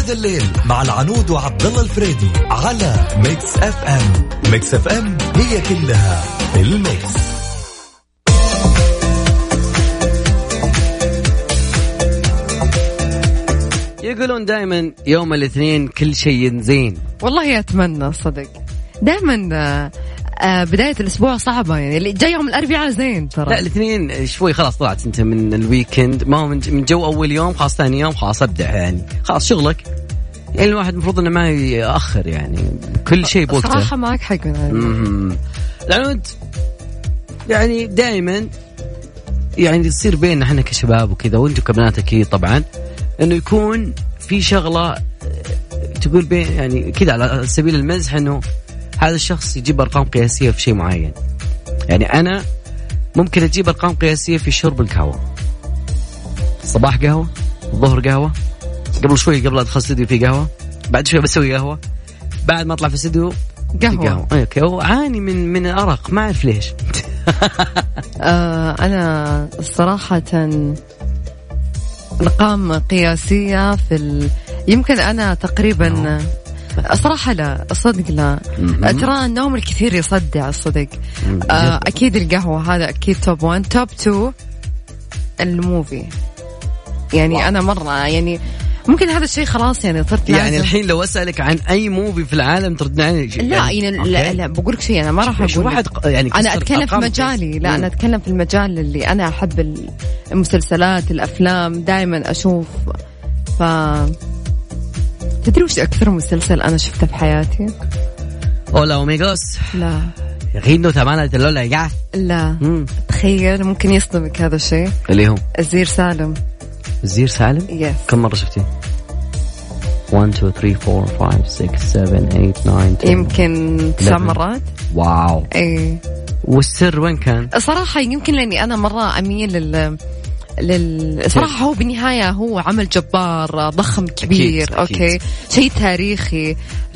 يا ذا الليل مع العنود وعبد الله الفريدي على ميكس اف ام. ميكس اف ام هي كلها الميكس. يقولون دائما يوم الاثنين كل شيء زين. والله أتمنى صدق دائما. بداية الأسبوع صعبة يعني، اللي جاي يوم الأربعاء زين ترى. لا الاثنين شوي خلاص طلعت أنت من الويكند، ما هو من جو أول يوم، خلاص ثاني يوم خلاص أبدع يعني، خلاص شغلك يعني الواحد المفروض إنه ما يأخر يعني كل شيء بوقته. صراحة معك حق العنود يعني دائما يعني تصير بيننا احنا كشباب وكذا وانتم كبنات أكيد طبعا، إنه يكون في شغلة تقول بين يعني كذا على سبيل المزح إنه هذا الشخص يجيب أرقام قياسية في شيء معين. يعني أنا ممكن أجيب أرقام قياسية في شرب القهوة، الصباح قهوة، الظهر قهوة، قبل شوي قبل أدخل استوديو في قهوة، بعد شوي بسوي قهوة، بعد ما أطلع في استوديو قهوة. أوكي عاني من أرق ما أعرف ليش. أنا الصراحة أرقام قياسية يمكن أنا تقريبا صراحة لا الصدق لا. ترى النوم الكثير يصدع الصدق. أكيد القهوة هذا أكيد توب 1. توب 2 الموفي يعني. واو. أنا مرة يعني ممكن هذا الشيء خلاص يعني صرت يعني الحين لو أسألك عن أي موفي في العالم تردنا عني لا يعني لا بقولك شيء أنا ما راح أقول واحد يعني أنا أتكلم في مجالي. لا أنا أتكلم في المجال اللي أنا أحب المسلسلات الأفلام دائما أشوف. تدري وش أكثر مسلسل أنا شفته في حياتي؟ أولا أوميغوس. لا غينو ثمانة اللولا يا لا. تخيل ممكن يصدمك هذا الشيء. اللي هو الزير سالم. الزير سالم؟ yes. كم مرة شفتيه؟ 1 2 3 4 5 6 7 8 9 10 يمكن 9 مرات. واو. اي والسر وين كان؟ صراحة يمكن لأني أنا مرة أميل صراحة هو بالنهاية هو عمل جبار ضخم كبير. أكيد. أوكي شيء تاريخي،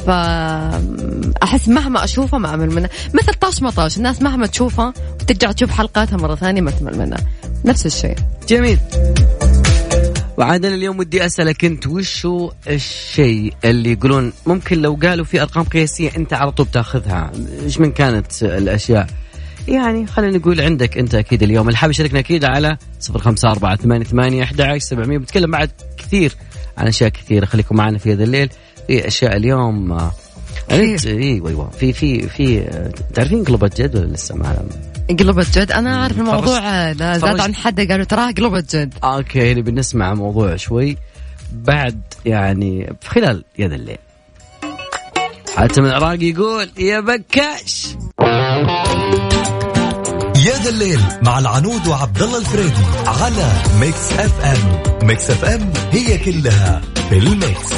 فأحس مهما أشوفه ما أمل منه. مثل طاش مطاش الناس مهما تشوفه وترجع تشوف حلقاتها مرة ثانية ما تمل منه، نفس الشيء. جميل. وعادة اليوم ودي أسألك أنت وشو الشيء اللي يقولون ممكن لو قالوا في أرقام قياسية أنت على طول تأخذها؟ إيش من كانت الأشياء يعني؟ خلينا نقول عندك أنت أكيد اليوم اللي حاب يشاركنا أكيد على 0548811700. بتكلم بعد كثير عن أشياء كثيرة. خليكم معنا في هذا الليل في أشياء اليوم. أيوة في تعرفين قلبت جد ولا لسه ما قلبت جد؟ أنا عارف الموضوع لا زاد عن حد قالوا تراه قلبت جد. أوكي اللي بنسمع موضوع شوي بعد يعني في خلال يا ذا الليل. حتى من العراق يقول يا بكاش. يا ذا الليل مع العنود وعبد الله الفريدي على ميكس اف ام. ميكس اف ام هي كلها بالميكس.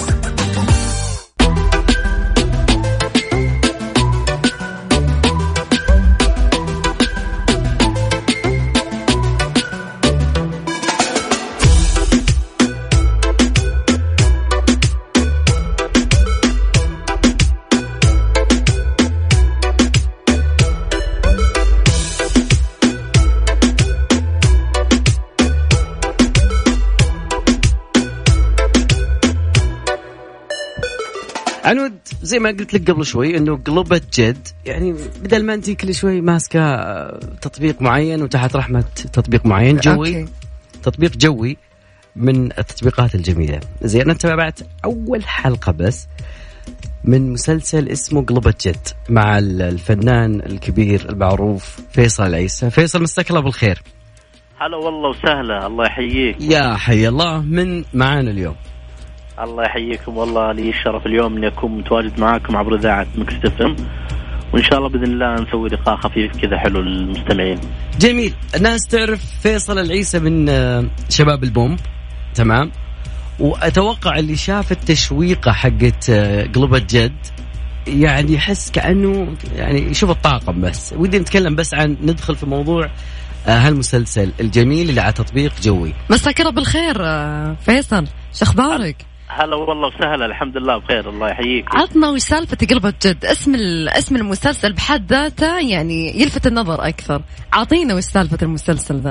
عنود زي ما قلت لك قبل شوي انه قلبت جد، يعني بدل ما انت كل شوي ماسكه تطبيق معين وتحت رحمه تطبيق معين جوي. أوكي. تطبيق جوي من التطبيقات الجميله. زي انا تابعت اول حلقه بس من مسلسل اسمه قلبت جد مع الفنان الكبير المعروف فيصل العيسى. فيصل مساك الله بالخير. هلا والله وسهلا. الله يحييك. يا حي الله من معانا اليوم. الله يحييكم والله لي الشرف اليوم اني اكون متواجد معاكم عبر اذاعه ميكس اف ام، وان شاء الله باذن الله نسوي لقاء خفيف كذا حلو للمستمعين. جميل. الناس تعرف فيصل العيسى من شباب البومب تمام، واتوقع اللي شاف التشويقه حقت قلبت جد يعني يحس كانه يعني يشوف الطاقم. بس ودي نتكلم بس عن ندخل في موضوع هالمسلسل الجميل اللي على تطبيق جوي. مساك الله بالخير فيصل، شو اخبارك؟ هلا والله وسهلا. الحمد لله بخير. الله يحييك. عطنا وش سالفة قلبت جد؟ اسم المسلسل بحد ذاته يعني يلفت النظر أكثر. عطينا وش سالفة المسلسل ذا.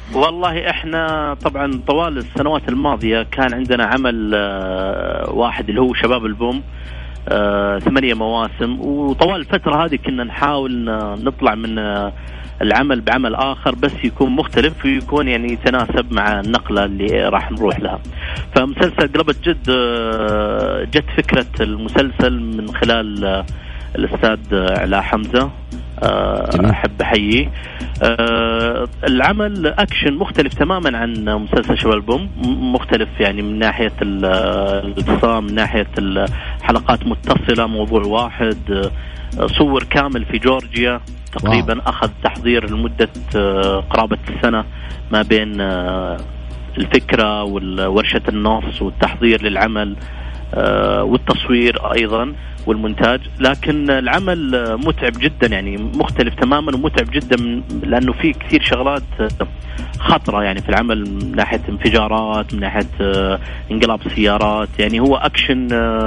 والله احنا طبعا طوال السنوات الماضية كان عندنا عمل واحد اللي هو شباب البوم 8 مواسم، وطوال الفترة هذه كنا نحاول نطلع من العمل بعمل آخر بس يكون مختلف ويكون يعني يتناسب مع النقلة اللي راح نروح لها. فمسلسل قلبت جد جت فكرة المسلسل من خلال الأستاذ علاء حمزة، أحب أحييه. العمل أكشن مختلف تماما عن مسلسل شباب البوم، مختلف يعني من ناحية القصة، من ناحية الحلقات متصلة، موضوع واحد، صور كامل في جورجيا تقريبا. أخذ تحضير لمدة قرابة السنة ما بين الفكرة والورشة النص والتحضير للعمل والتصوير أيضا والمونتاج. لكن العمل متعب جدا، يعني مختلف تماما ومتعب جدا لأنه فيه كثير شغلات خطرة يعني في العمل، من ناحية انفجارات، من ناحية انقلاب سيارات. يعني هو أكشن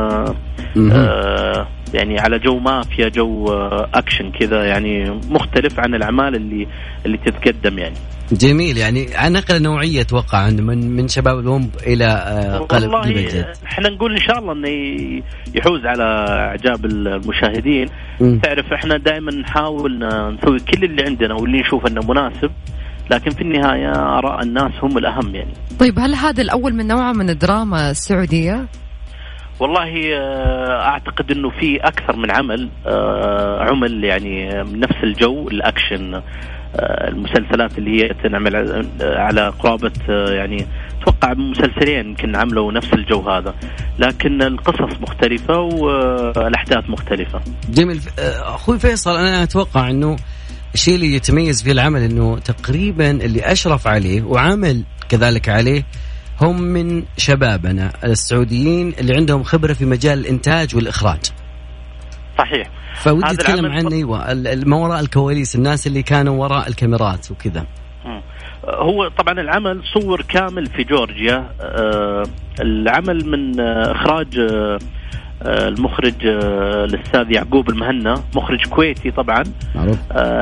يعني على جو مافيا، جو أكشن كذا، يعني مختلف عن الأعمال اللي تتقدم يعني. جميل، يعني نقل نوعية أتوقع من شباب البوم إلى قلب الجد. احنا نقول إن شاء الله إنه يحوز على إعجاب المشاهدين. تعرف احنا دائما نحاول نسوي كل اللي عندنا واللي نشوف إنه مناسب، لكن في النهاية آراء الناس هم الأهم يعني. طيب هل هذا الأول من نوعه من الدراما السعودية؟ والله أعتقد إنه في أكثر من عمل يعني من نفس الجو الأكشن. المسلسلات اللي هي تنعمل على قرابة يعني توقع مسلسلين يمكن عملوا نفس الجو هذا، لكن القصص مختلفة والأحداث مختلفة. جميل. أخوي فيصل، أنا أتوقع إنه الشيء اللي يتميز في العمل إنه تقريبا اللي أشرف عليه وعمل كذلك عليه هم من شبابنا السعوديين اللي عندهم خبرة في مجال الإنتاج والإخراج. صحيح. فودي أتكلم عن ما وراء الكواليس، الناس اللي كانوا وراء الكاميرات وكذا. هو طبعا العمل صور كامل في جورجيا. العمل من إخراج المخرج الأستاذ يعقوب المهنا، مخرج كويتي طبعا معروف.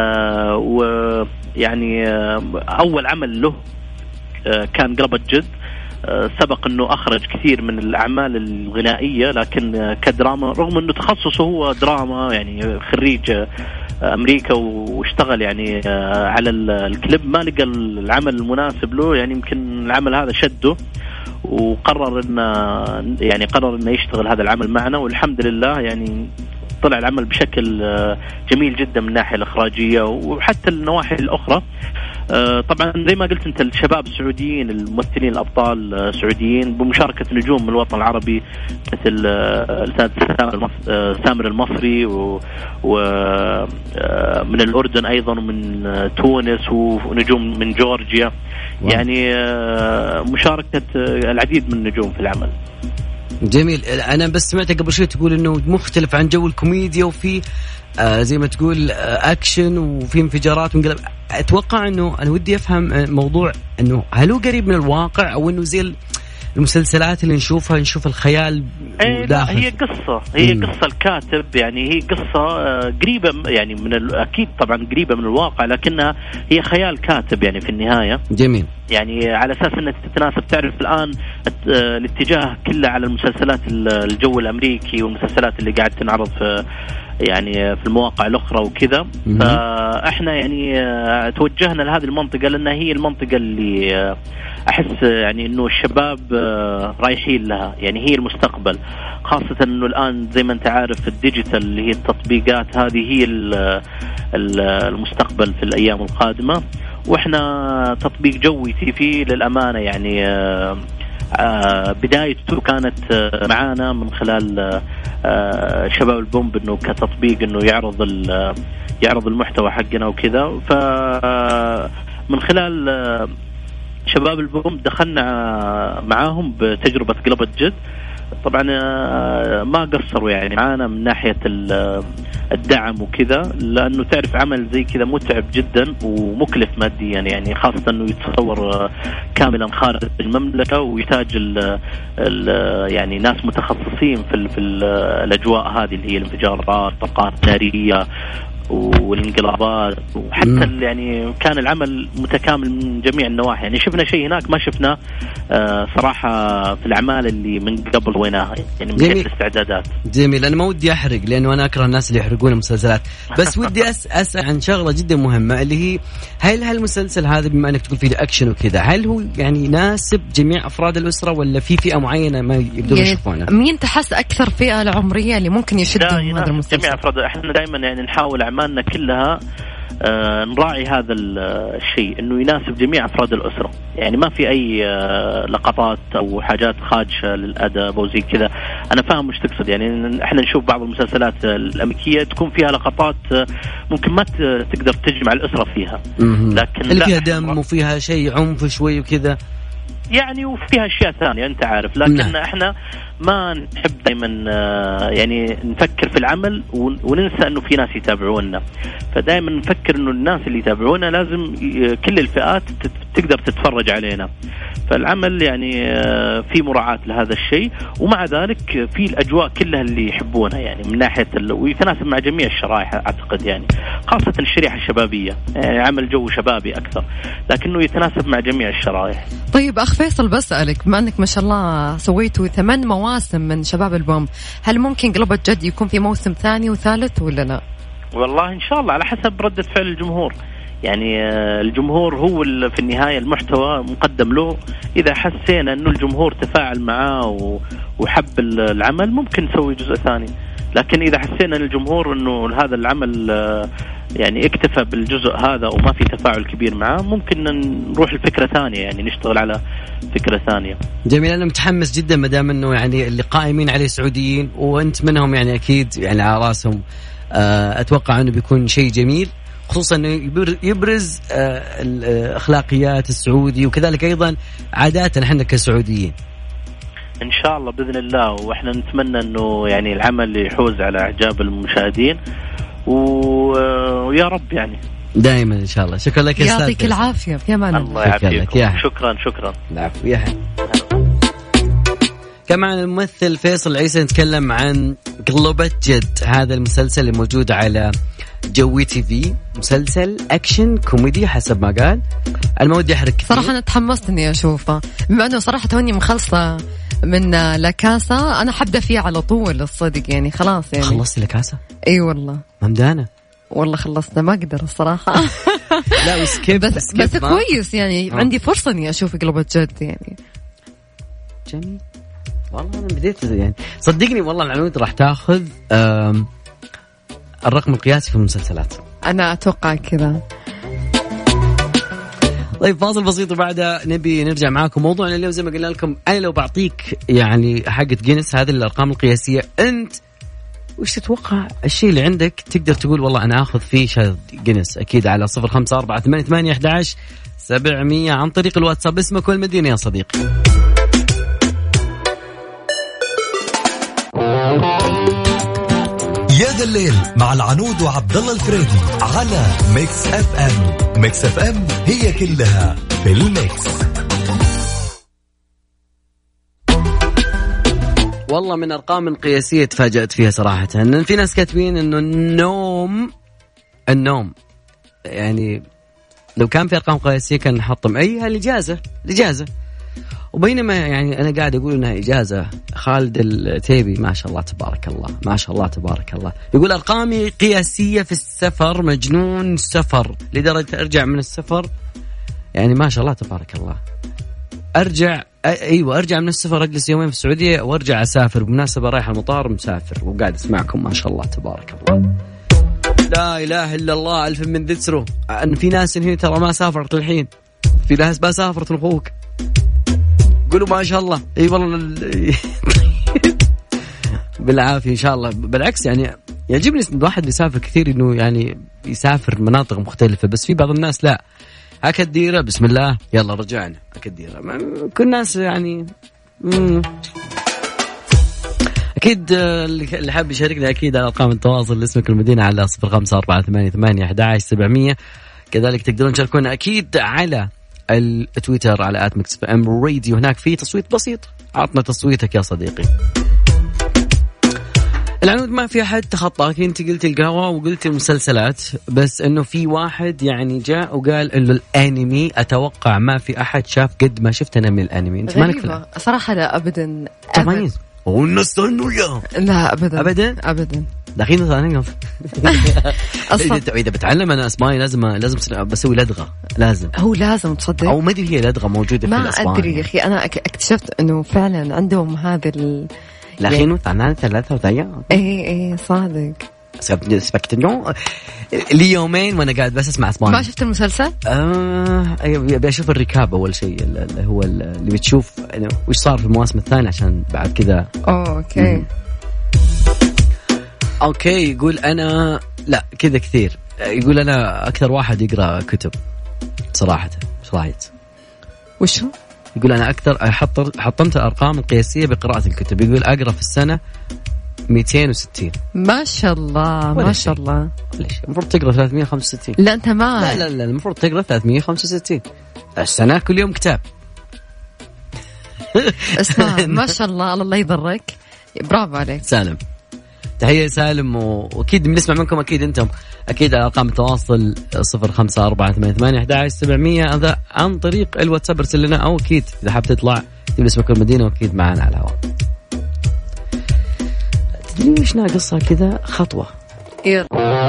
ويعني أول عمل له كان قلبت جد. سبق أنه أخرج كثير من الأعمال الغنائية، لكن كدراما رغم أنه تخصصه هو دراما، يعني خريج أمريكا واشتغل يعني على الكليب، ما لقى العمل المناسب له. يعني يمكن العمل هذا شده وقرر إنه يشتغل هذا العمل معنا، والحمد لله يعني طلع العمل بشكل جميل جدا من الناحية الإخراجية وحتى النواحي الأخرى. طبعا زي ما قلت أنت، الشباب السعوديين، الممثلين الأبطال السعوديين بمشاركة نجوم من الوطن العربي مثل الأستاذ سامر المصري ومن الأردن أيضا، ومن تونس، ونجوم من جورجيا. يعني مشاركة العديد من النجوم في العمل. جميل. أنا بس سمعت قبل شوي تقول إنه مختلف عن جو الكوميديا، وفي زي ما تقول أكشن وفي انفجارات وانقلاب. أتوقع إنه أنا ودي أفهم موضوع إنه هل هو قريب من الواقع أو إنه زي المسلسلات اللي نشوف الخيال داخل. هي قصة الكاتب، يعني هي قصة قريبة يعني أكيد طبعا قريبة من الواقع، لكنها هي خيال كاتب يعني في النهاية. جميل. يعني على أساس أنها تتناسب. تعرف الآن الاتجاه كله على المسلسلات الجو الأمريكي والمسلسلات اللي قاعد تنعرض في المواقع الأخرى وكذا. فإحنا يعني توجهنا لهذه المنطقة لأنها هي المنطقة اللي أحس يعني إنه الشباب رايحين لها، يعني هي المستقبل، خاصة إنه الآن زي ما أنت عارف الديجيتال اللي هي التطبيقات هذه هي المستقبل في الأيام القادمة. وإحنا تطبيق جوي فيه للأمانة يعني بدايته كانت معانا من خلال شباب البومب، إنه كتطبيق إنه يعرض المحتوى حقنا وكذا. فمن خلال شباب البومب دخلنا معاهم بتجربة قلبت جد. طبعا ما قصروا يعني معانا من ناحية الدعم وكذا، لأنه تعرف عمل زي كذا متعب جدا ومكلف ماديا، يعني خاصة أنه يتصور كاملا خارج المملكة ويحتاج يعني ناس متخصصين في الأجواء هذه اللي هي الانفجارات، طاقات نارية، والانقلابات، وحتى يعني كان العمل متكامل من جميع النواحي. يعني شفنا شيء هناك ما شفنا صراحة في الأعمال اللي من قبل وينها، يعني من حيث الاستعدادات. جميل. أنا ما ودي أحرق لأنه أنا أكره الناس اللي يحرقون المسلسلات، بس ودي أسأل عن شغلة جدا مهمة اللي هي هل هالمسلسل هذا بما أنك تقول فيه أكشن وكذا، هل هو يعني يناسب جميع أفراد الأسرة ولا في فئة معينة ما يقدرون يعني يشوفونه؟ مين تحس أكثر فئة العمرية اللي ممكن يشدهم هذا المسلسل؟ جميع أفراد. إحنا دائما يعني نحاول أعمالنا كلها نراعي هذا الشيء إنه يناسب جميع أفراد الأسرة. يعني ما في أي لقطات أو حاجات خادشة للأدب أو زي كذا. أنا فاهم مش تقصد، يعني إحنا نشوف بعض المسلسلات الأمريكية تكون فيها لقطات ممكن ما تقدر تجمع الأسرة فيها، لكن اللي فيها دم وفيها شيء عنف شوي وكذا يعني، وفيها أشياء ثانية أنت عارف. لكن إحنا ما نحب دائما يعني نفكر في العمل وننسى أنه في ناس يتابعونا. فدائما نفكر أنه الناس اللي يتابعونا لازم كل الفئات تقدر تتفرج علينا. فالعمل يعني في مراعاة لهذا الشيء، ومع ذلك في الأجواء كلها اللي يحبونها، يعني من ناحية ويتناسب مع جميع الشرائح أعتقد، يعني خاصة الشريحة الشبابية، يعني عمل جو شبابي أكثر لكنه يتناسب مع جميع الشرائح. طيب أخ فيصل بسألك، بما أنك ما شاء الله سويتوا 8 مواسم من شباب البوم، هل ممكن قلبة جد يكون في موسم ثاني وثالث ولا لا؟ والله إن شاء الله على حسب ردة فعل الجمهور. يعني الجمهور هو في النهاية المحتوى مقدم له. إذا حسينا أنه الجمهور تفاعل معاه وحب العمل ممكن نسوي جزء ثاني. لكن إذا حسينا أن الجمهور أنه هذا العمل يعني اكتفى بالجزء هذا وما في تفاعل كبير معاه ممكن نروح لفكرة ثانية، يعني نشتغل على فكرة ثانية. جميل. أنا متحمس جدا مدام أنه يعني اللي قائمين عليه سعوديين وأنت منهم، يعني أكيد يعني على راسهم. أتوقع أنه بيكون شيء جميل، خصوصا أنه يبرز الأخلاقيات السعودي وكذلك أيضا عاداتنا احنا كسعوديين. إن شاء الله بإذن الله. وإحنا نتمنى أنه يعني العمل يحوز على إعجاب المشاهدين ويا رب يعني دائما إن شاء الله. شكرا لك يا أستاذ. يعطيك العافية. في أمان الله يعافيك. شكرا. العفو يا حبيبي. كمان الممثل فيصل العيسى نتكلم عن قلبة جد، هذا المسلسل اللي موجود على جوي تي في، مسلسل أكشن كوميدي حسب ما قال. أنا ما ودي أحرق كثير صراحة. أنا تحمست إني أشوفه بما أنه صراحة توني مخلصة من لاكاسا، أنا حبدأ فيه على طول الصدق يعني خلاص. يعني خلصت لاكاسا؟ أي والله ممدانة والله خلصنا، ما أقدر الصراحة. لا وسكيب بس كويس يعني عندي فرصة إني أشوف قلبة جد يعني. جميل والله. أنا بديت يعني صدقني والله العنود راح تأخذ الرقم القياسي في المسلسلات. أنا أتوقع كذا. طيب فاصل بسيط وبعدها نبي نرجع معاكم. موضوعنا اليوم زي ما قلنا لكم، أنا لو بعطيك يعني حقة جينيس هذه الأرقام القياسية، أنت وش تتوقع الشيء اللي عندك تقدر تقول والله أنا أخذ فيه شهادة جينيس؟ أكيد على 0548811700 عن طريق الواتساب. اسمك والمدينة يا صديقي. يا ذا الليل مع العنود وعبد الله الفريدي على ميكس اف ام. ميكس اف ام هي كلها في الميكس. والله من أرقام قياسية تفاجأت فيها صراحة، إن في ناس كاتبين إنه النوم يعني لو كان في أرقام قياسية كان نحطم أي الإجازة. وبينما يعني أنا قاعد أقول إنها إجازة، خالد التيبي ما شاء الله تبارك الله، ما شاء الله تبارك الله، يقول أرقامي قياسية في السفر، مجنون سفر لدرجة أرجع من السفر يعني ما شاء الله تبارك الله، أرجع من السفر أجلس يومين في السعودية وأرجع أسافر. بمناسبة رايح المطار مسافر وقاعد أسمعكم ما شاء الله تبارك الله. لا إله إلا الله، ألف من ذكره. أن في ناس هنا ترى ما سافرت الحين، في ناس ما سافرت أخوك، قولوا ما شاء الله. اي والله بالعافيه ان شاء الله. بالعكس يعني يعجبني الواحد يسافر كثير، انه يعني يسافر مناطق مختلفه، بس في بعض الناس لا، هكديره بسم الله يلا رجعنا هكديره. كل الناس يعني اكيد اللي حاب يشاركنا اكيد على ارقام التواصل، اسمك المدينه على 0548811700. كذلك تقدرون تشاركونا اكيد على التويتر على @mixfmradio، هناك في تصويت بسيط، عطنا تصويتك يا صديقي. العنود ما في أحد تخطاك، أنت قلت القهوة وقلت المسلسلات، بس إنه في واحد يعني جاء وقال إنه الأنمي أتوقع ما في أحد شاف قد ما شفت أنا من الأنمي. أنت مالك في صراحة؟ لا أبدا تميز ونستنوا يا لا أبدا أبدا أبدا. دحين ثاني إذا بتعلم أنا أسباني لازم بسوي لدغة، هو لازم تصدق، أو ما أدري هي لدغة موجودة في الأسباني. ما أدري يا أخي، أنا اكتشفت إنه فعلا عندهم هذا لكن ثاني 3 أيام. إيه صادق. سبكتنيو لي يومين وانا قاعد بس اسمع اسباني. ما شفت المسلسل؟ ابي اشوف الركاب اول شيء، اللي هو اللي بتشوف وش صار في المواسم الثانية عشان بعد كذا. اوكي اوكي. يقول انا لا كذا كثير، يقول انا اكثر واحد يقرا كتب صراحة. وشو يقول؟ انا اكثر حطمت الارقام القياسية بقراءة الكتب. يقول اقرا في السنة 260. ما شاء الله ما شاء الله. ليش المفروض تقرأ 365؟ لا أنت ما لا المفروض تقرأ 365 السنة، كل يوم كتاب. اسمع ما شاء الله، الله يضرك، برافو عليك سالم. تحية سالم، وأكيد بنسمع منكم أكيد أنتم أكيد على أرقام التواصل 0548811700 هذا عن طريق الواتساب. ارسل لنا، أو أكيد إذا حاب تطلع تبي اسمك المدينة وأكيد معنا على الهواء. ليش ناقصها كذا خطوة؟ يا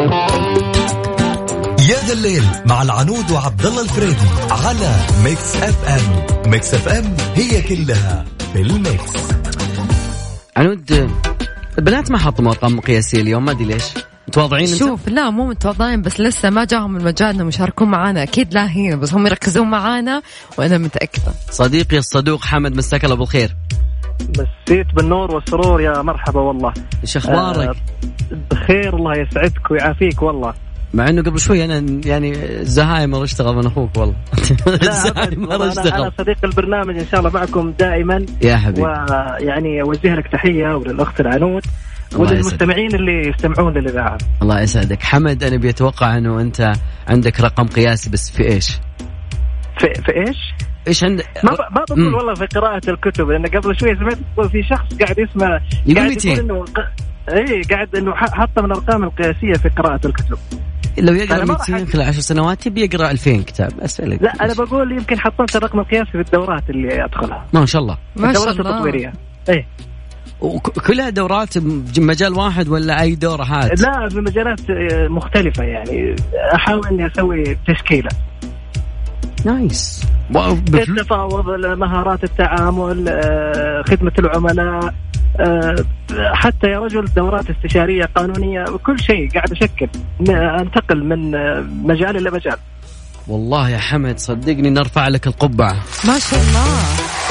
ذا الليل مع العنود وعبد الله الفريدي على ميكس اف ام. ميكس اف ام هي كلها في الميكس. عنود، البنات ما حطوا ارقام قياسية اليوم، ما ادري ليش. متواضعين؟ شوف لا مو متواضعين، بس لسه ما جاهم المجال انهم يشاركون معانا. اكيد لا هنا، بس هم يركزون معانا وانا متأكدة. صديقي الصدوق حمد، مساك الله بالخير. مسيت بالنور والسرور يا مرحبا والله. ايش اخبارك؟ بخير الله يسعدك ويعافيك والله. مع انه قبل شوي انا يعني الزهايمر اشتغل من اخوك والله. انا صديق البرنامج ان شاء الله معكم دائما يا حبيبي، ويعني اوجه لك تحيه وللاخت العنود وللمستمعين اللي يستمعون للاذاعه. الله يسعدك. حمد انا بيتوقع انه انت عندك رقم قياسي، بس في ايش؟ في ايش؟ ايش عندك؟ ما بقول والله في قراءة الكتب، لأن قبل شوي سمعت في شخص قاعد يسمع قاعد يقول إنه قاعد إنه حط من الأرقام القياسية في قراءة الكتب. لو يقرأ 200 خلال 10 سنوات يبي يقرأ 2000 كتاب. أسألك. لا أنا بقول يمكن حطمت الرقم القياسي في الدورات اللي أدخلها. ما شاء الله. ما شاء الله. الدورات التطويرية. إيه. وكلها دورات مجال واحد ولا أي دورة هات؟ لا في مجالات مختلفة، يعني أحاول إني أسوي تشكيلة. نايس. التفاوض، مهارات التعامل، خدمة العملاء، حتى يا رجل دورات استشارية قانونية، كل شيء قاعد أشكل، أنتقل من مجال إلى مجال. والله يا حمد صدقني نرفع لك القبعة. ما شاء الله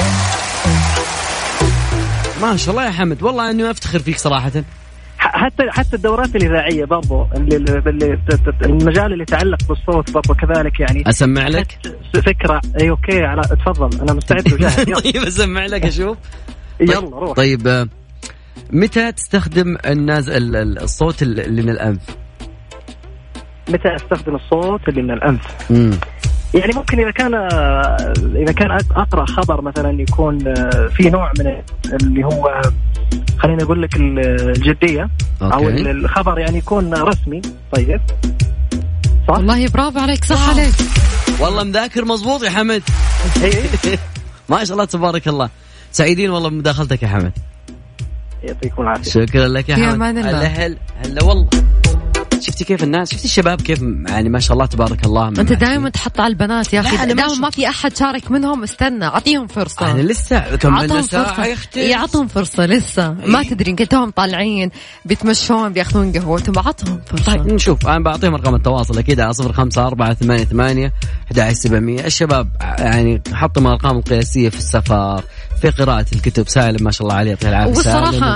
ما شاء الله يا حمد، والله أني أفتخر فيك صراحة. حتى الدورات الإذاعية برضو المجال اللي يتعلق بالصوت برضو كذلك، يعني أسمع لك فكرة. أي أوكي، على اتفضل أنا مستعد وجاهز. طيب أسمع لك أشوف. يلا روح. طيب متى تستخدم الصوت اللي من الأنف؟ متى أستخدم الصوت اللي من الأنف؟ يعني ممكن إذا كان أقرأ خبر مثلا يكون في نوع من اللي هو خليني أقول لك الجدية. أوكي. أو الخبر يعني يكون رسمي. طيب صح؟ والله برافو عليك، صح عليك والله مذاكر مزبوط يا حمد. ما شاء الله تبارك الله. سعيدين والله بمداخلتك يا حمد. يعطيكم العافية. شكرا لك يا حمد. هلا والله. شفتي كيف الناس، شفتي الشباب كيف يعني ما شاء الله تبارك الله. انت دائما تحط على البنات يا اخي، دائما ما في احد شارك منهم. استنى اعطيهم فرصه. انا لسه كملنا ساعه يعطون فرصه لسه. ما تدري كنتهم طالعين بيتمشون بياخذون قهوتهم، بعطهم فرصه. طيب نشوف، انا بعطيهم ارقام التواصل اكيد على 0548811700. الشباب يعني حطوا الارقام القياسيه في السفر، في قراءة الكتب. سالم ما شاء الله عليه يعطيه العافية. والصراحة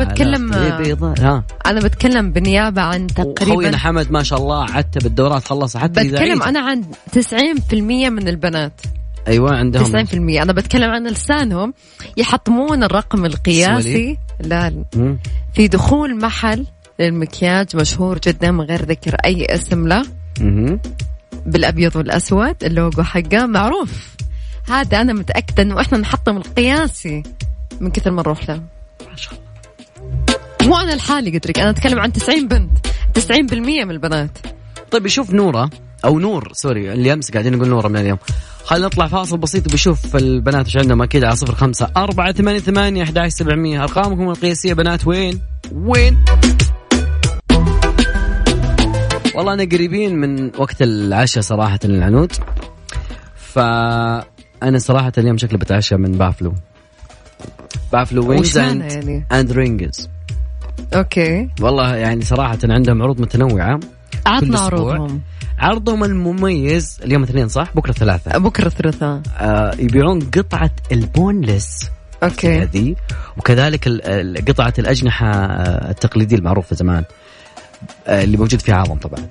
أنا بتكلم بالنيابة عن تقريبا خوينا حمد ما شاء الله عتب الدورات خلصها حتى بتكلم أنا عن 90% من البنات. أيوة عندهم 90%. أنا بتكلم عن لسانهم يحطمون الرقم القياسي. لا في دخول محل للمكياج مشهور جدا من غير ذكر أي اسم له، بالأبيض والأسود، اللوجو حقه معروف. هذا أنا متأكدة إنه إحنا نحطم القياسي من كثر ما نروح له. ما شاء الله. مو أنا الحالي قلت لك، أنا أتكلم عن 90 بنت، 90% من البنات. طيب يشوف نورة أو نور سوري اللي أمس قاعدين نقول نورة من اليوم. خلينا نطلع فاصل بسيط وبشوف البنات وش عندهم أكيد على 05-488-11700. أرقامكم القياسية بنات وين؟ والله أنا قريبين من وقت العشاء صراحة العنود، فأنا صراحة اليوم شكلي بتعشى من بافلو وينجز اند رينجز. اوكي والله يعني صراحة عندهم عروض متنوعة. عطنا عروضهم. عرضهم المميز اليوم اثنين صح؟ بكرة ثلاثة. يبيعون قطعة البونلس اوكي هذه، وكذلك قطعة الأجنحة التقليدية المعروفة زمان اللي موجود فيها عظم طبعا،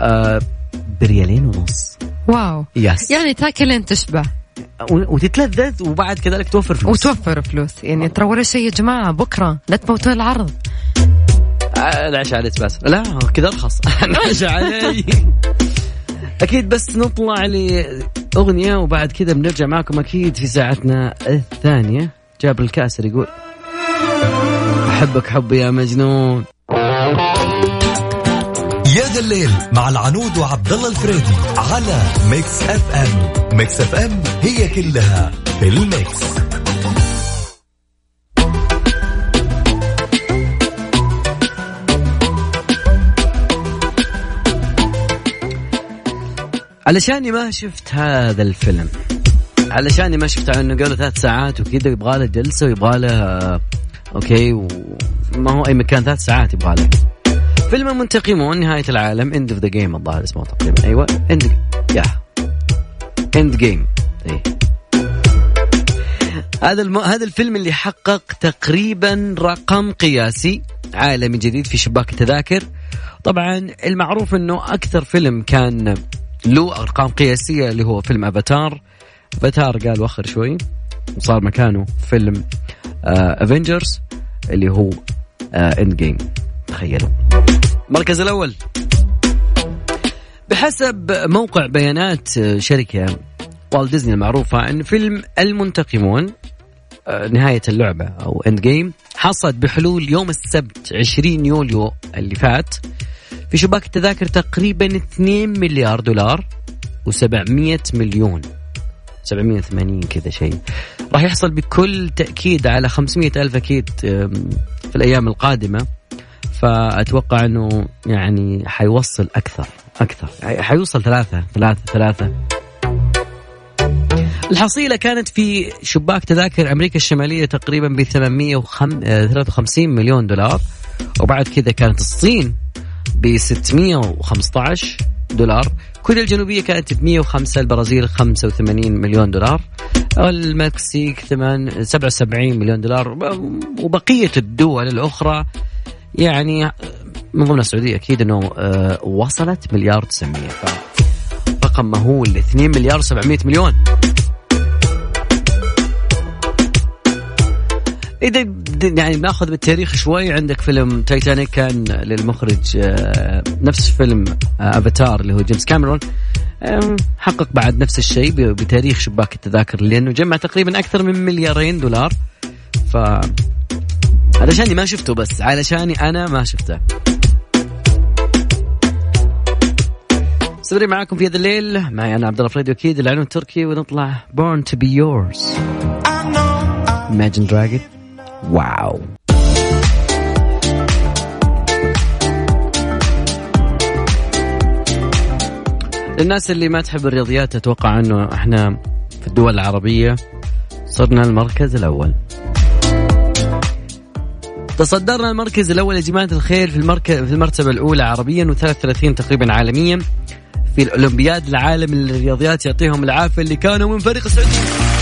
ب2.5 واو يس. يعني تاكلين تشبع وتتلذذ وبعد كذلك توفر فلوس. يعني ترى ولا شيء يا جماعة، بكرة لا تفوتون العرض. العشاء علي بس لا كذا أرخص. العشاء علي أكيد. بس نطلع لأغنية وبعد كذا بنرجع معكم أكيد في ساعتنا الثانية. جابر الكاسر يقول أحبك حبي يا مجنون. يا ذا الليل مع العنود وعبد الله الفريدي على ميكس اف ام. ميكس اف ام هي كلها في الميكس. علشاني ما شفت هذا الفيلم، علشاني ما شفت عنه قالوا 3 ساعات وكذا، يبغى له جلسة ويبغى له اوكي، وما هو اي مكان 3 ساعات يبغى له. فيلم المنتقمون نهاية العالم End of the Game الظاهر اسمه تقريبا. أيوة End Game. إيه. هذا الفيلم اللي حقق تقريبا رقم قياسي عالمي جديد في شباك التذاكر. طبعا المعروف انه اكثر فيلم كان له ارقام قياسية اللي هو فيلم افاتار قال وخر شوي وصار مكانه فيلم افنجرز اللي هو End Game. تخيلوا. المركز الأول بحسب موقع بيانات شركة والت ديزني المعروفة أن فيلم المنتقمون نهاية اللعبة أو End Game حصد بحلول يوم السبت 20 يوليو اللي فات في شباك التذاكر تقريبا 2 مليار دولار و700 مليون 780 كذا شيء. راح يحصل بكل تأكيد على 500 ألف أكيد في الأيام القادمة. فأتوقع أنه يعني حيوصل أكثر حيوصل 3. الحصيلة كانت في شباك تذاكر أمريكا الشمالية تقريبا ب$853 مليون دولار، وبعد كذا كانت الصين ب$615 دولار، كوريا الجنوبية كانت ب105، البرازيل 85 مليون دولار، المكسيك 77 مليون دولار، وبقية الدول الأخرى يعني من ضمن السعودية أكيد أنه وصلت 1,900,000,000. رقم مهول 2,700,000,000. إذا يعني بناخذ بالتاريخ شوي، عندك فيلم تايتانيك كان للمخرج نفس فيلم أفاتار اللي هو جيمس كاميرون، حقق بعد نفس الشيء بتاريخ شباك التذاكر لأنه جمع تقريبا أكثر من $2 مليار. علشاني ما شفته، بس علشاني أنا ما شفته. سوري معاكم في هذا الليل، معي أنا عبد الله فريدي أكيد العنوان التركي، ونطلع Born to be yours Imagine Dragon. واو. للناس اللي ما تحب الرياضيات، أتوقع أنه إحنا في الدول العربية صرنا المركز الأول. تصدرنا المركز الأول يا جماعة الخير في المرتبة الأولى عربيا و33 تقريبا عالميا في الأولمبياد العالم للرياضيات، يعطيهم العافية اللي كانوا من فريق السعودية.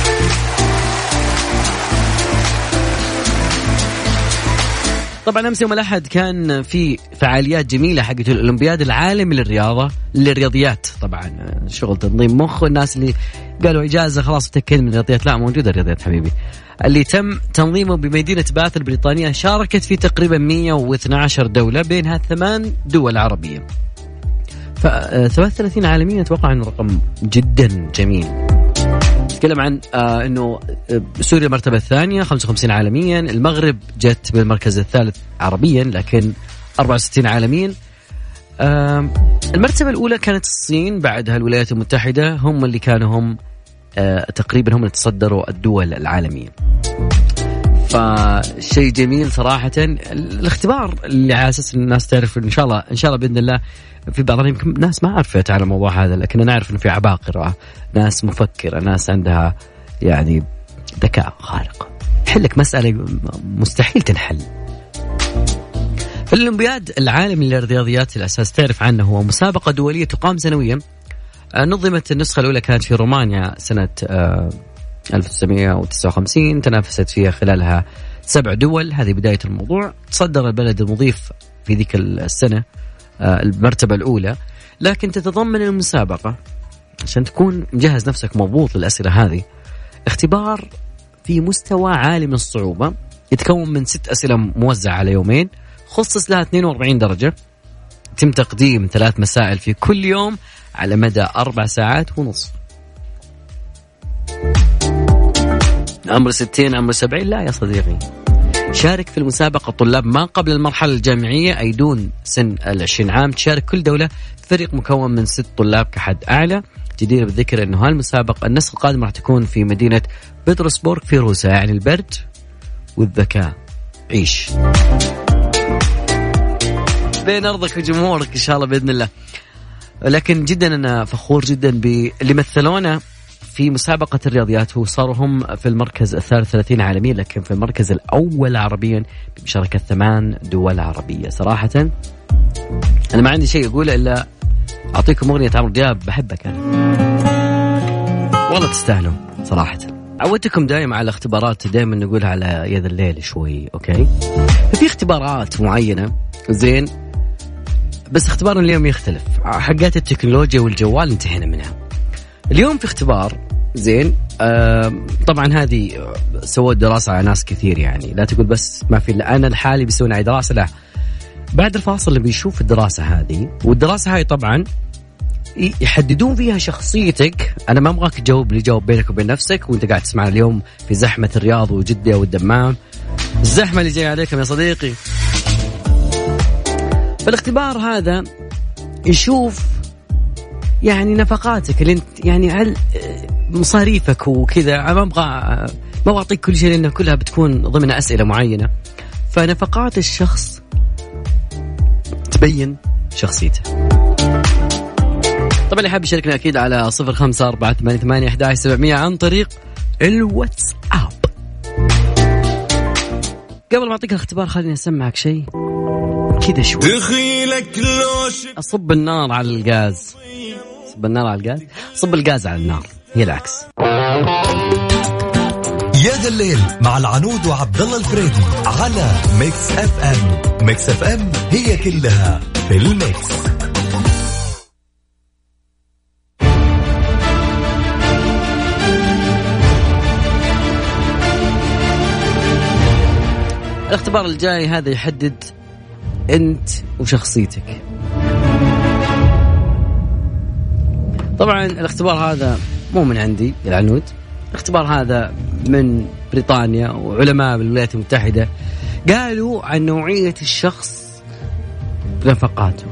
طبعا أمس يوم الأحد كان في فعاليات جميلة حقت الأولمبياد العالمي للرياضيات. طبعا شغل تنظيم مخ، والناس اللي قالوا إجازة خلاص تكل من الرياضيات، لا موجودة الرياضيات حبيبي، اللي تم تنظيمه بمدينة باث البريطانية. شاركت في تقريبا 112 دولة بينها 8 دول عربية، ف 33 عالميا أتوقع أنه رقم جدا جميل. نتكلم عن أنه سوريا المرتبة الثانية 55 عالميا، المغرب جت بالمركز الثالث عربيا لكن 64 عالميا. المرتبة الأولى كانت الصين، بعدها الولايات المتحدة، هم اللي كانوا هم تقريبا هم اللي تصدروا الدول العالمية. فشيء جميل صراحة الاختبار اللي على أساس الناس تعرف إن شاء الله بإذن الله. في بعضهم يمكن ناس ما عرفت على الموضوع هذا، لكن أنا أعرف إنه في عباقرة، ناس مفكرة، ناس عندها يعني ذكاء خارق، تحلك مسألة مستحيل تنحل. فالأولمبياد العالمي للرياضيات الأساس تعرف عنه هو مسابقة دولية تقام سنويا. نظمت النسخة الأولى كانت في رومانيا سنة 1959، تنافست فيها خلالها 7 دول. هذه بداية الموضوع. تصدر البلد المضيف في ذيك السنة المرتبة الأولى، لكن تتضمن المسابقة عشان تكون مجهز نفسك مضبوط للأسئلة هذه اختبار في مستوى عالي من الصعوبة، يتكون من 6 أسئلة موزعة على يومين، خصص لها 42 درجة. يتم تقديم 3 مسائل في كل يوم على مدى 4 ساعات ونصف. عمر 60 عمر 70 لا يا صديقي. شارك في المسابقة طلاب ما قبل المرحلة الجامعية أي دون سن 20 عام. تشارك كل دولة فريق مكون من 6 طلاب كحد أعلى. جدير بالذكر أنه هالمسابقة النسخة القادمة راح تكون في مدينة بطرسبورغ في روسيا، يعني البرد والذكاء. عيش بين أرضك وجمهورك إن شاء الله بإذن الله. لكن جدا أنا فخور جدا باللي مثلونا في مسابقة الرياضيات، وصاروا هم في المركز الثالث 30 عالميا، لكن في المركز الأول عربيا بمشاركة 8 دول عربية. صراحة أنا ما عندي شيء أقوله إلا أعطيكم أغنية عمرو دياب بحبك أنا، والله تستاهلوا صراحة. عودتكم دائما على اختبارات دائما نقولها على يد الليل شوي، أوكي؟ في اختبارات معينة زين، بس اختبارنا اليوم يختلف. حقات التكنولوجيا والجوال انتهينا منها. اليوم في اختبار زين. طبعا هذه سوت دراسة على ناس كثير، يعني لا تقول بس ما في إلا أنا الحالي بيسوون على دراسة، لا. بعد الفاصل اللي بيشوف الدراسة هذه، والدراسة هاي طبعا يحددون فيها شخصيتك. أنا ما أبغاك تجاوب لي، جاوب بينك وبين نفسك وانت قاعد تسمع اليوم في زحمة الرياض وجدة والدمام، الزحمة اللي جاي عليكم يا صديقي. فالاختبار هذا يشوف يعني نفقاتك اللي انت يعني هل مصاريفك وكذا. ما أعطيك كل شيء لأنه كلها بتكون ضمن أسئلة معينة. فنفقات الشخص تبين شخصيته. طبعا اللي حاب يشاركنا أكيد على 0548811700 عن طريق الواتساب. قبل ما أعطيك الاختبار خليني أسمعك شيء كذا شوي. أصب النار على الغاز، صب النار على الغاز، صب الغاز على النار، هي العكس. يا ذا الليل مع العنود وعبد الله الفريدي على ميكس اف ام. ميكس اف ام هي كلها في الميكس. الاختبار الجاي هذا يحدد أنت وشخصيتك. طبعا الاختبار هذا مو من عندي العنود، الاختبار هذا من بريطانيا وعلماء بالولايات المتحدة قالوا عن نوعية الشخص نفقاته.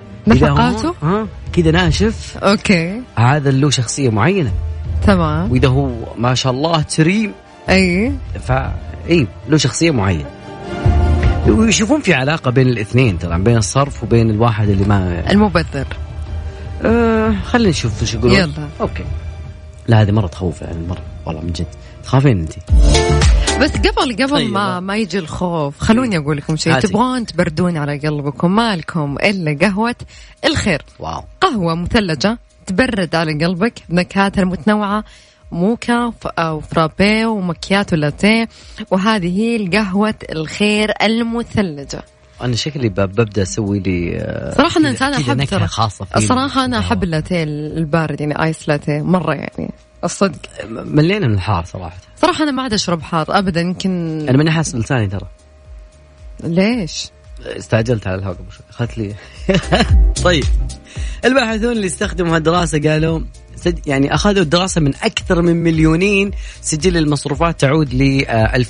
كذا ناشف، اوكي، هذا له شخصية معينة، تمام. وإذا هو ما شاء الله تريم، اي له شخصية معينة. ويشوفون في علاقة بين الاثنين طبعا، بين الصرف وبين الواحد اللي ما المبذر. خلينا نشوف ايش يقولون. يلا اوكي. لا هذه مرة تخوف يعني، مرة والله من جد تخافين انتي. بس قبل ما يجي الخوف خلوني اقول لكم شيء. تبغون تبردون على قلبكم، مالكم الا قهوة الخير. واو. قهوة مثلجة تبرد على قلبك بنكهاتها المتنوعة، موكا وفرابيه ومكياتو لاتيه، وهذه هي القهوة الخير المثلجة. أنا شكلي ببدأ أسوي لي صراحة أنا إنسان أحب ترى خاصة الصراحة أنا أحب اللاتيه البارد، يعني آيس لاتيه مرة، يعني الصدق ملينا من الحار صراحة أنا ما عاد أشرب حار أبدا. يمكن أنا ماني حاسس بلساني ترى. ليش؟ استعجلت على الهواء قبل شوي أخذت لي طيب الباحثون اللي استخدموا هالدراسة قالوا يعني أخذوا دراسة من أكثر من مليونين سجل المصروفات تعود ل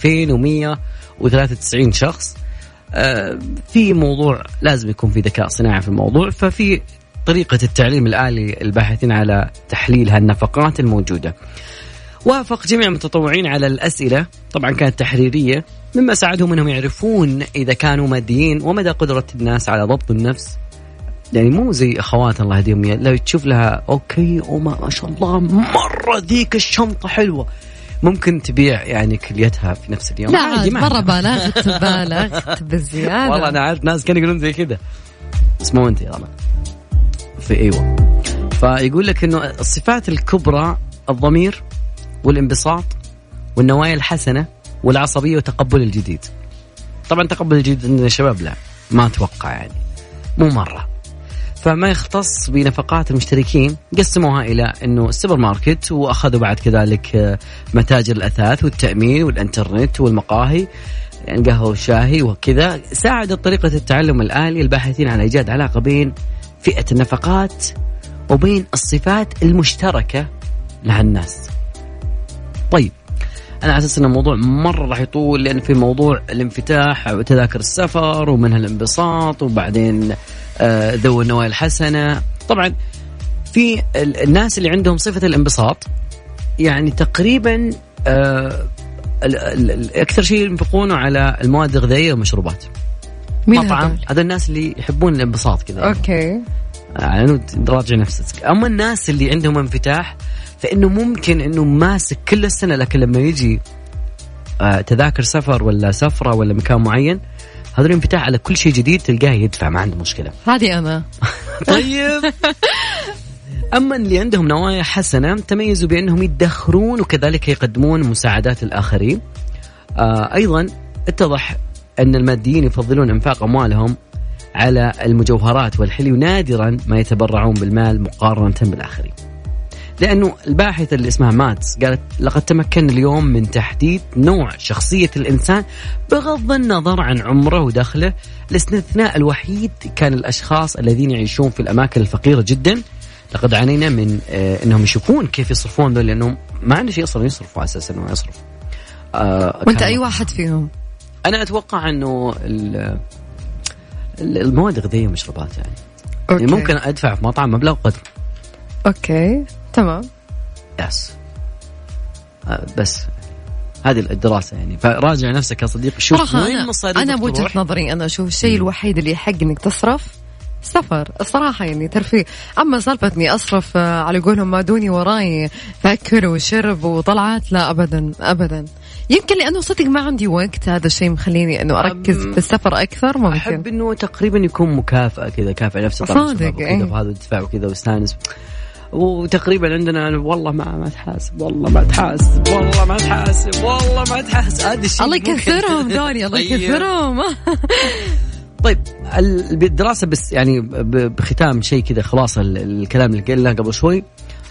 2193 شخص. في موضوع لازم يكون في ذكاء صناعي في الموضوع، ففي طريقة التعليم الآلي الباحثين على تحليل هالنفقات الموجودة. وافق جميع المتطوعين على الأسئلة، طبعا كانت تحريرية، مما ساعدهم أنهم يعرفون إذا كانوا ماديين ومدى قدرة الناس على ضبط النفس. يعني مو زي أخوات الله يهديهم لو تشوف لها أوكي وما شاء الله مرة ذيك الشنطة حلوة، ممكن تبيع يعني كليتها في نفس اليوم. لا مرة بالغت بالزيادة. والله أنا عارف ناس كانوا يقولون زي كذا، بس مو أنت يلا في أيوة. فيقول لك إنه الصفات الكبرى الضمير والانبساط والنوايا الحسنة والعصبية وتقبل الجديد. طبعا تقبل الجديد عندنا الشباب لا ما أتوقع، يعني مو مرة. فما يختص بنفقات المشتركين قسموها إلى أنه السوبر ماركت، وأخذوا بعد كذلك متاجر الأثاث والتأمين والإنترنت والمقاهي، يعني قهوة وشاهي وكذا. ساعدت طريقة التعلم الآلي الباحثين على إيجاد علاقة بين فئة النفقات وبين الصفات المشتركة لها الناس. طيب أنا أساس أن الموضوع مرة راح يطول، لأن في موضوع الانفتاح وتذاكر السفر ومنها الانبساط، وبعدين ذو النوايا الحسنة. طبعا في الناس اللي عندهم صفة الانبساط يعني تقريبا أكثر شيء ينفقونه على المواد الغذائية والمشروبات، مطعم. هذا الناس اللي يحبون الانبساط كذا. أوكي يعني راجع نفسك. أما الناس اللي عندهم انفتاح فإنه ممكن إنه ماسك كل السنة، لكن لما يجي تذاكر سفر ولا سفرة ولا مكان معين، هذا الانفتاح على كل شيء جديد تلقاه يدفع، ما عنده مشكلة. هذه أنا. طيب أما اللي عندهم نوايا حسنة تميزوا بأنهم يدخرون وكذلك يقدمون مساعدات للآخرين. أيضا اتضح أن الماديين يفضلون إنفاق أموالهم على المجوهرات والحلي، ونادرا ما يتبرعون بالمال مقارنة بالآخرين. لأنه الباحثة اللي اسمها ماتس قالت لقد تمكن اليوم من تحديد نوع شخصية الإنسان بغض النظر عن عمره ودخله. الاستثناء الوحيد كان الأشخاص الذين يعيشون في الأماكن الفقيرة جدا. لقد عانينا من أنهم يشوفون كيف يصرفون ذول، لأنهم ما عنده شيء أصلا يصرفوا أساسا أنه يصرف. وانت أي واحد فيهم؟ أنا أتوقع أنه المواد الغذائية ومشروبات يعني ممكن أدفع في مطعم مبلغ قدر. أوكي تمام. يس بس هذه الدراسة يعني. فراجع نفسك يا صديقي، شوف وين مصاريف. أنا بوجهة نظري أنا أشوف الشيء الوحيد اللي يحق إنك تصرف سفر الصراحة، يعني ترفيه. أما سالفة إني أصرف على قولهم ما دوني وراي فأكل وشرب وطلعات، لا أبدا أبدا. يمكن لأنه صدق ما عندي وقت، هذا الشيء مخليني أنه أركز في السفر أكثر. ممكن أحب إنه تقريبا يكون مكافأة كذا، كافئ نفسي صادق وهذا الدفاع وكذا واستانس. وتقريبا عندنا والله ما تحاسب، والله ما تحاسب، والله ما تحاسب، والله ما تحاسب. هذا الشيء الله يكثرهم دولي، الله يكثرهم. طيب الدراسة بس يعني بختام شيء كذا خلاصة الكلام اللي قلناه قبل شوي.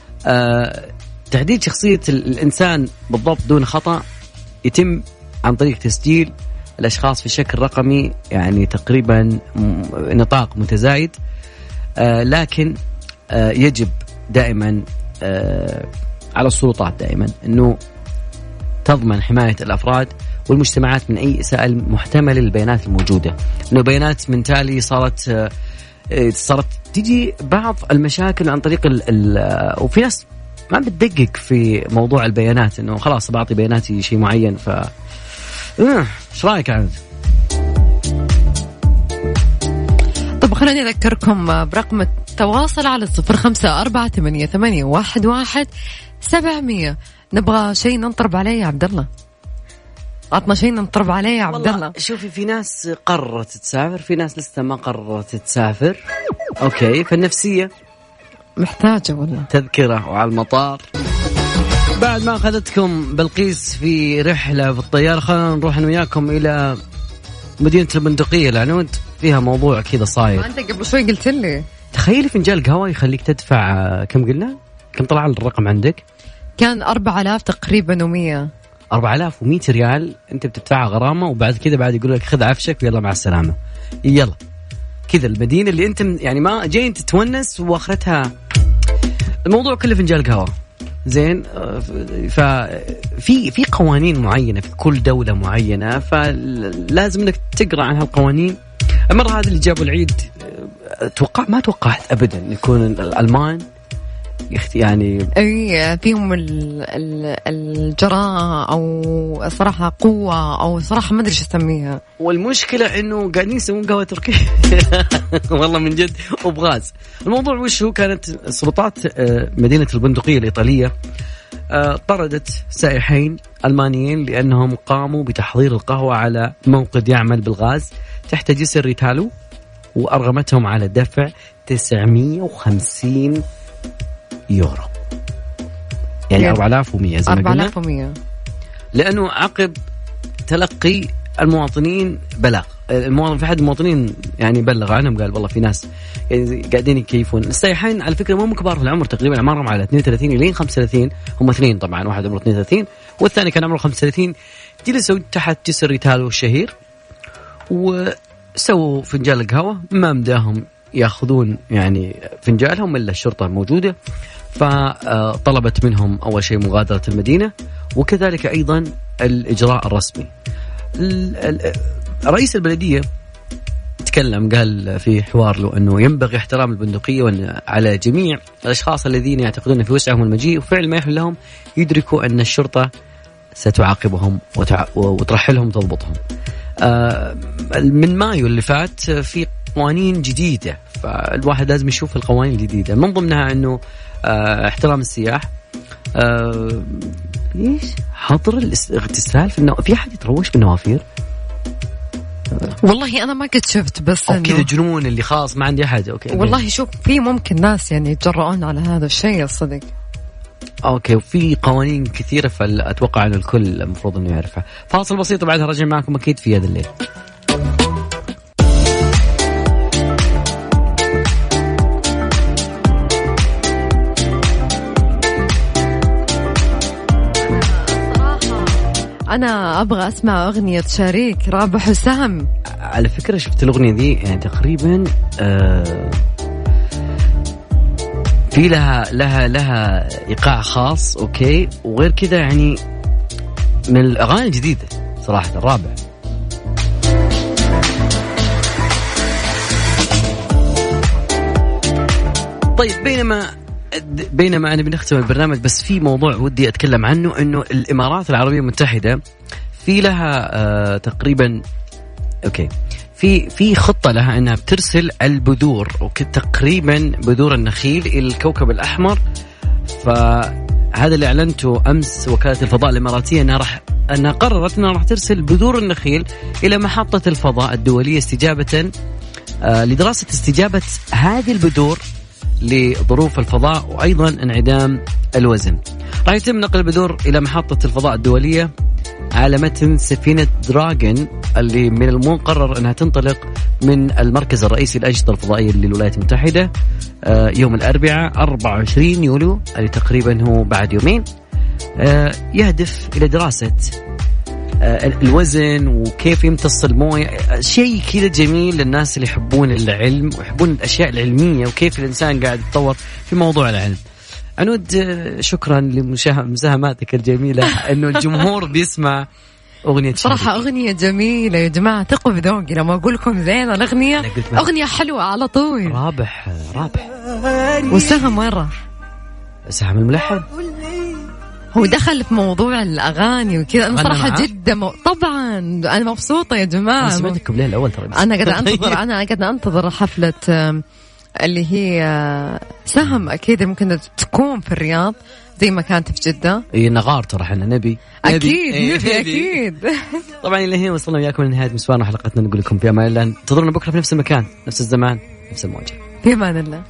تحديد شخصية الإنسان بالضبط دون خطأ يتم عن طريق تسجيل الأشخاص في شكل رقمي، يعني تقريبا نطاق متزايد. لكن يجب دائما على السلطات دائما أنه تضمن حماية الأفراد والمجتمعات من أي إساءة محتملة للبيانات الموجودة. إنه بيانات من تالي صارت تيجي بعض المشاكل عن طريق وفي ناس ما بتدقق في موضوع البيانات، إنه خلاص بعطي بياناتي شيء معين. إيش رأيك عاد؟ طب خليني أذكركم برقم التواصل على 0548811700. نبغى شيء ننطرب عليه يا عبد الله، عطنا شيء ننطرب عليه يا عبد الله. شوفي في ناس قررت تسافر، في ناس لسه ما قررت تسافر. أوكي، فالنفسية محتاجة ولا تذكرة وعلى المطار. بعد ما أخذتكم بلقيس في رحلة في الطيارة، خلينا نروح أنا وياكم إلى مدينة البندقية العنود. فيها موضوع كذا صاير. أنت قبل شوي قلت لي تخيلي فنجان قهوة يخليك تدفع كم قلنا؟ كم طلع الرقم عندك؟ كان 4000 تقريبا و100. 4100 ريال أنت بتدفعها غرامة، وبعد كذا بعد يقول لك خذ عفشك ويلا مع السلامة. يلا كذا المدينة اللي أنت يعني ما جاي تتونس وآخرتها الموضوع كله فنجان قهوة زين. ففي قوانين معينة في كل دولة معينة، فلازم انك تقرأ عن هالقوانين. المرة هذه اللي جابوا العيد ما توقعت ابدا يكون الألمان يعني اي فيهم الجراءة او صراحة قوة او صراحة ما ادري ايش اسميها. والمشكلة انه قاعدين يسوون قهوة تركية والله من جد وبغاز. الموضوع وش هو؟ كانت سلطات مدينة البندقية الإيطالية طردت سائحين ألمانيين لأنهم قاموا بتحضير القهوة على موقد يعمل بالغاز تحت جسر ريتالو، وأرغمتهم على دفع 950 يورو، يعني 4100 زي ما قلنا، 4100 لأنه عقب تلقي المواطنين بلاغ. في أحد المواطنين يعني بلغ عنهم، قال والله في ناس يعني قاعدين يكيفون. السائحين على فكرة مو كبار في العمر، تقريبا عمرهم على 32 إلى 35. هم اثنين طبعا، واحد عمره 32 والثاني كان عمره 35. جلسوا تحت جسر ريتالو الشهير وسووا فنجان القهوة. ما مداهم ياخذون يعني فنجانهم إلا الشرطة موجودة، فطلبت منهم أول شيء مغادرة المدينة، وكذلك أيضا الإجراء الرسمي. رئيس البلدية تكلم، قال في حوار له أنه ينبغي احترام البندقية، وأن على جميع الأشخاص الذين يعتقدون في وسعهم المجيء وفعل ما يحل لهم يدركوا أن الشرطة ستعاقبهم وترحلهم وتضبطهم. من مايو اللي فات في قوانين جديدة، فالواحد لازم يشوف القوانين الجديدة، من ضمنها أنه احترام السياح، ايش حظر الاغتسال في حد يتروش بالنوافير. والله أنا ما قد شفت، بس كذا جنون اللي خلاص ما عندي أحد. أوكي والله شوف، في ممكن ناس يعني يتجرؤون على هذا الشيء الصدق. أوكي، وفي قوانين كثيرة، فأتوقع أن الكل المفروض أنه يعرفها. فاصل بسيط وبعدها رجع معكم أكيد في هذا الليل. أنا أبغى أسمع أغنية شريك رابح وسهم. على فكرة شفت الأغنية دي يعني تقريبا في لها إيقاع خاص. أوكي، وغير كذا يعني من الأغاني الجديدة صراحة الرابع. طيب بينما أنا بنختم البرنامج، بس في موضوع ودي أتكلم عنه، إنه الإمارات العربية المتحدة في لها تقريبا أوكي في خطة لها إنها بترسل البذور، تقريبا بذور النخيل إلى الكوكب الأحمر. فهذا اللي أعلنته أمس وكالة الفضاء الإماراتية، أنها قررت أنها راح ترسل بذور النخيل إلى محطة الفضاء الدولية استجابة لدراسة استجابة هذه البذور لظروف الفضاء وأيضا انعدام الوزن. راح يتم نقل البذور إلى محطة الفضاء الدولية على متن سفينة دراجون، اللي من المقرر أنها تنطلق من المركز الرئيسي للأجهزة الفضائية للولايات المتحدة يوم الأربعاء 24 يوليو، اللي تقريبا هو بعد يومين. يهدف إلى دراسة الوزن وكيف يمتص المويه، شيء كذا جميل للناس اللي يحبون العلم ويحبون الأشياء العلمية وكيف الإنسان قاعد يتطور في موضوع العلم. عنود، شكرا لمساهماتك الجميلة، إنه الجمهور بيسمع أغنية صراحة أغنية جميلة يا جماعة، ثقوا بذوقي لما أقول لكم زين الأغنية، أغنية حلوة على طول. رابح وسهم وين راح؟ سهم الملحن هو دخل في موضوع الأغاني وكذا. أنا صراحة جدا طبعا أنا مبسوطة يا جماعة. أنا سمعتك قبل الأول ترى. أنا قاعدة أنتظر حفلة اللي هي سهم، أكيد ممكن تكون في الرياض زي ما كانت في جدة. نغار ترى احنا نبي أكيد طبعا. اللي هي وصلنا وياكم لنهاية مسوارنا حلقتنا، نقول لكم في أمان الله، انتظرونا بكرة في نفس المكان نفس الزمان نفس المواجهة. في أمان الله.